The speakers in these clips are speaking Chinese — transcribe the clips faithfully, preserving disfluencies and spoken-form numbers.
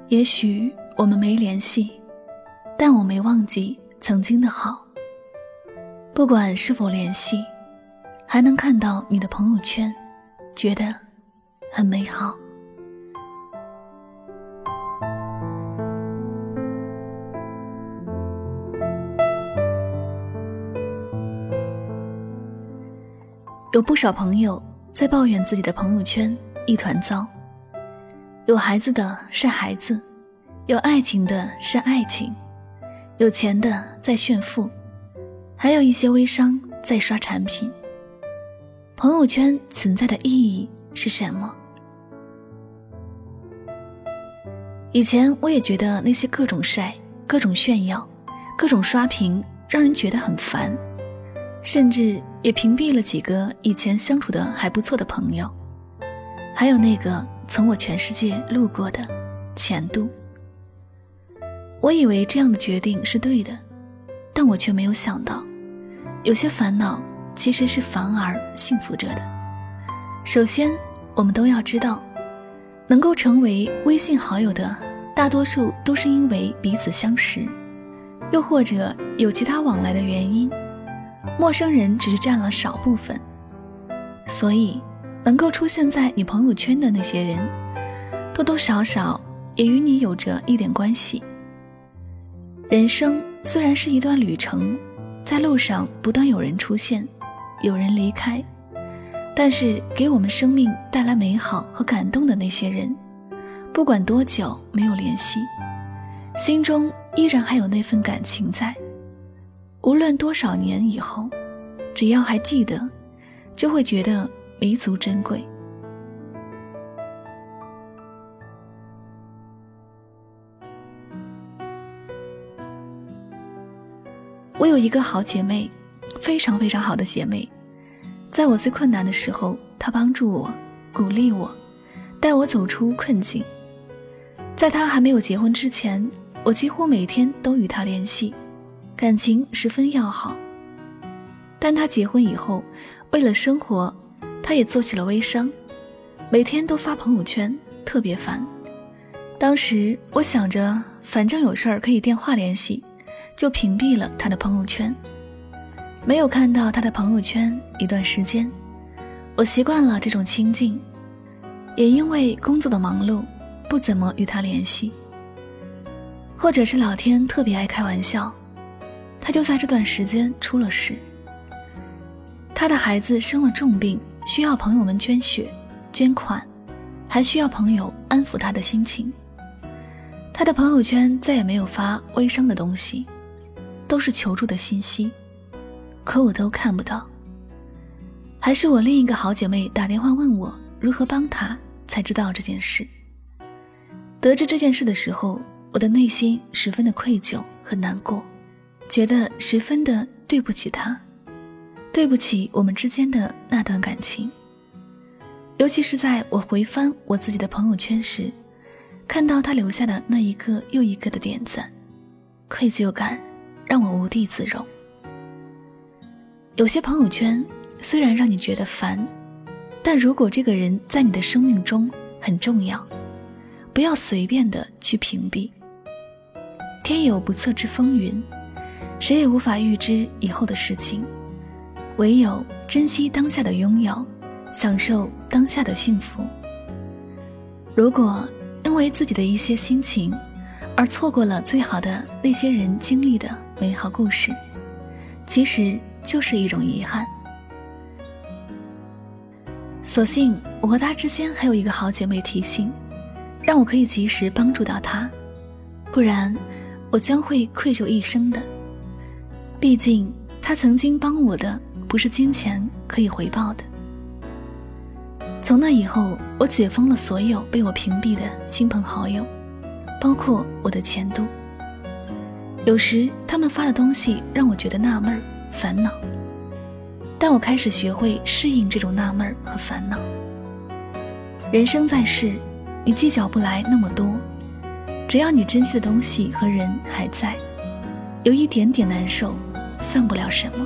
也许我们没联系，但我没忘记曾经的好。不管是否联系，还能看到你的朋友圈，觉得很美好。有不少朋友在抱怨自己的朋友圈一团糟，有孩子的晒孩子，有爱情的晒爱情，有钱的在炫富，还有一些微商在刷产品。朋友圈存在的意义是什么？以前我也觉得那些各种晒、各种炫耀、各种刷屏让人觉得很烦，甚至也屏蔽了几个以前相处的还不错的朋友，还有那个从我全世界路过的前度。我以为这样的决定是对的，但我却没有想到，有些烦恼其实是反而幸福着的。首先，我们都要知道，能够成为微信好友的大多数都是因为彼此相识，又或者有其他往来的原因，陌生人只是占了少部分。所以能够出现在你朋友圈的那些人，多多少少也与你有着一点关系。人生虽然是一段旅程，在路上不断有人出现，有人离开，但是给我们生命带来美好和感动的那些人，不管多久没有联系，心中依然还有那份感情在。无论多少年以后，只要还记得，就会觉得弥足珍贵。我有一个好姐妹，非常非常好的姐妹，在我最困难的时候，她帮助我，鼓励我，带我走出困境。在她还没有结婚之前，我几乎每天都与她联系，感情十分要好。但她结婚以后，为了生活，她也做起了微商，每天都发朋友圈，特别烦。当时我想着，反正有事儿可以电话联系，就屏蔽了她的朋友圈。没有看到她的朋友圈一段时间，我习惯了这种清静，也因为工作的忙碌，不怎么与她联系。或者是老天特别爱开玩笑，她就在这段时间出了事。她的孩子生了重病，需要朋友们捐血、捐款，还需要朋友安抚她的心情。她的朋友圈再也没有发微商的东西，都是求助的信息，可我都看不到。还是我另一个好姐妹打电话问我如何帮她，才知道这件事。得知这件事的时候，我的内心十分的愧疚和难过，觉得十分的对不起她，对不起我们之间的那段感情。尤其是在我回翻我自己的朋友圈时，看到她留下的那一个又一个的点赞，愧疚感让我无地自容。有些朋友圈虽然让你觉得烦，但如果这个人在你的生命中很重要，不要随便的去屏蔽。天有不测之风云，谁也无法预知以后的事情，唯有珍惜当下的拥有，享受当下的幸福。如果因为自己的一些心情而错过了最好的那些人经历的美好故事，其实就是一种遗憾。所幸我和她之间还有一个好姐妹提醒，让我可以及时帮助到她，不然我将会愧疚一生的。毕竟她曾经帮我的不是金钱可以回报的。从那以后，我解封了所有被我屏蔽的亲朋好友，包括我的前度。有时他们发的东西让我觉得纳闷烦恼，但我开始学会适应这种纳闷和烦恼。人生在世，你计较不来那么多，只要你珍惜的东西和人还在，有一点点难受算不了什么。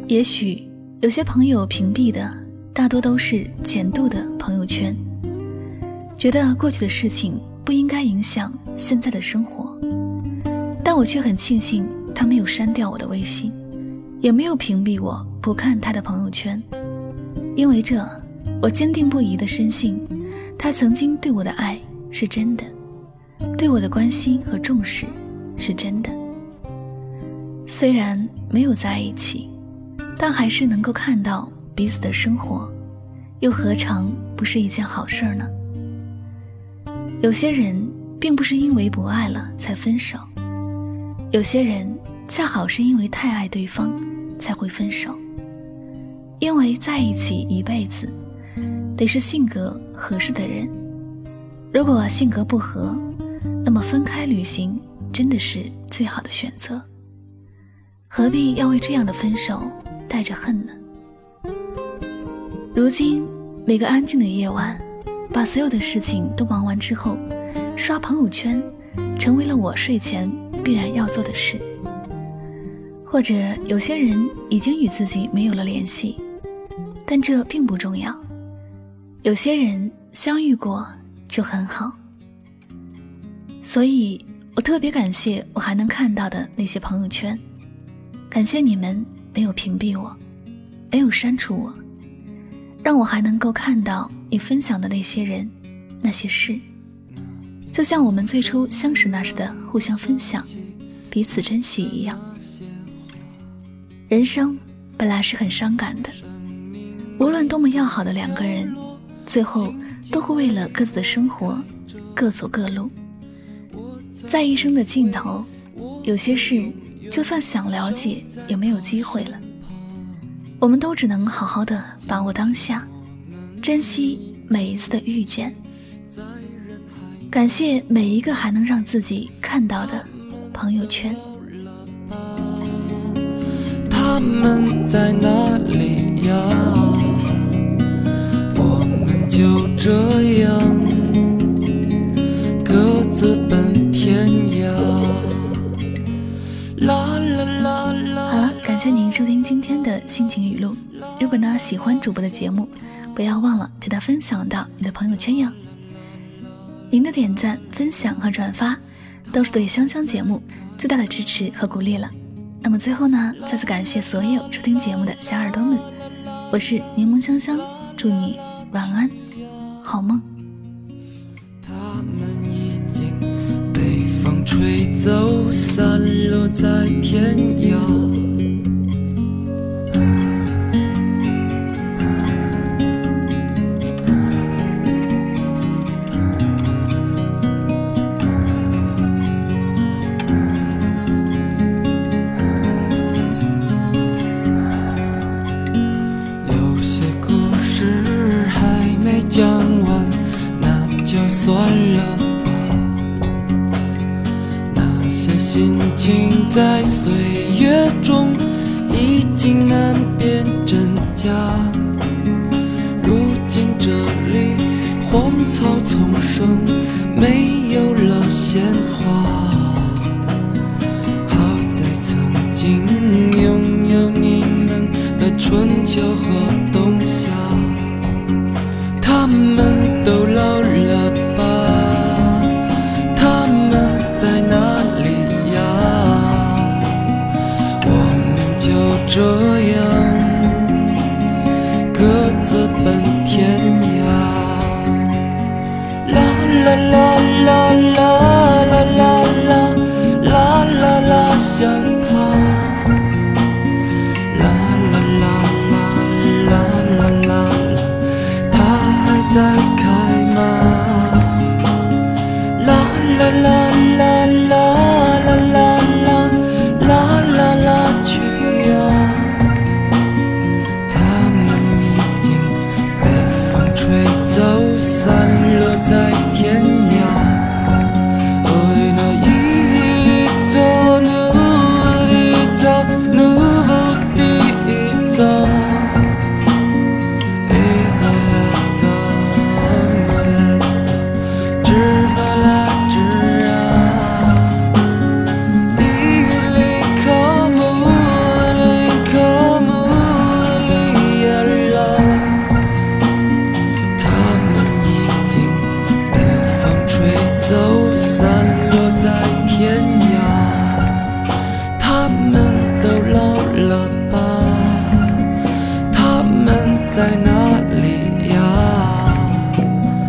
也许有些朋友屏蔽的大多都是浅度的朋友圈，觉得过去的事情不应该影响现在的生活，但我却很庆幸他没有删掉我的微信，也没有屏蔽我不看他的朋友圈，因为这我坚定不移地深信他曾经对我的爱是真的，对我的关心和重视是真的。虽然没有在一起，但还是能够看到彼此的生活，又何尝不是一件好事呢？有些人并不是因为不爱了才分手，有些人恰好是因为太爱对方才会分手。因为在一起一辈子，得是性格合适的人，如果性格不合，那么分开旅行真的是最好的选择，何必要为这样的分手带着恨呢？如今每个安静的夜晚，把所有的事情都忙完之后，刷朋友圈成为了我睡前必然要做的事。或者有些人已经与自己没有了联系，但这并不重要，有些人相遇过就很好。所以我特别感谢我还能看到的那些朋友圈，感谢你们没有屏蔽我，没有删除我，让我还能够看到你分享的那些人那些事，就像我们最初相识那时的互相分享，彼此珍惜一样。人生本来是很伤感的，无论多么要好的两个人，最后都会为了各自的生活各走各路。在一生的尽头，有些事就算想了解也没有机会了，我们都只能好好的把握当下，珍惜每一次的遇见，感谢每一个还能让自己看到的朋友圈。 他们在哪里呀？我们就这样各自奔天涯。啦啦啦啦。 好了，感谢您收听今天的心情语录。如果呢喜欢主播的节目，不要忘了将它分享到你的朋友圈呀。您的点赞、分享和转发都是对香香节目最大的支持和鼓励了。那么最后呢，再次感谢所有收听节目的小耳朵们，我是柠檬香香，祝你晚安好梦。 他们已经被风吹走，散落在天涯。讲完那就算了吧，那些心情在岁月中已经难辨真假。如今这里荒草丛生，没有了鲜花，好在曾经拥有你们的春秋和冬夏。他们都老了吧？他们在哪里呀？我们就这样各自奔天涯。啦啦啦啦啦啦啦啦啦啦啦，想他。啦啦啦啦啦啦啦。在开吗？啦啦啦啦啦啦啦啦啦啦啦去呀！他们已经被风在哪里呀？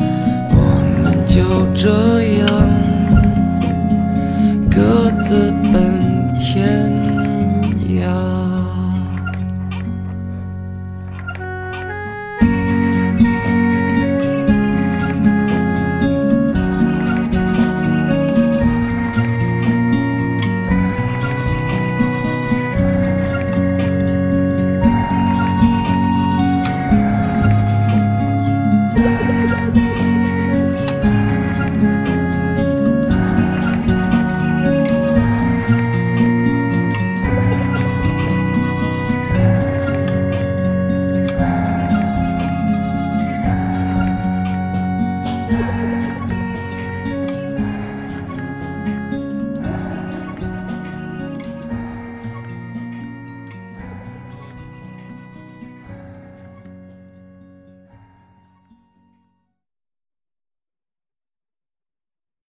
我们就这样各自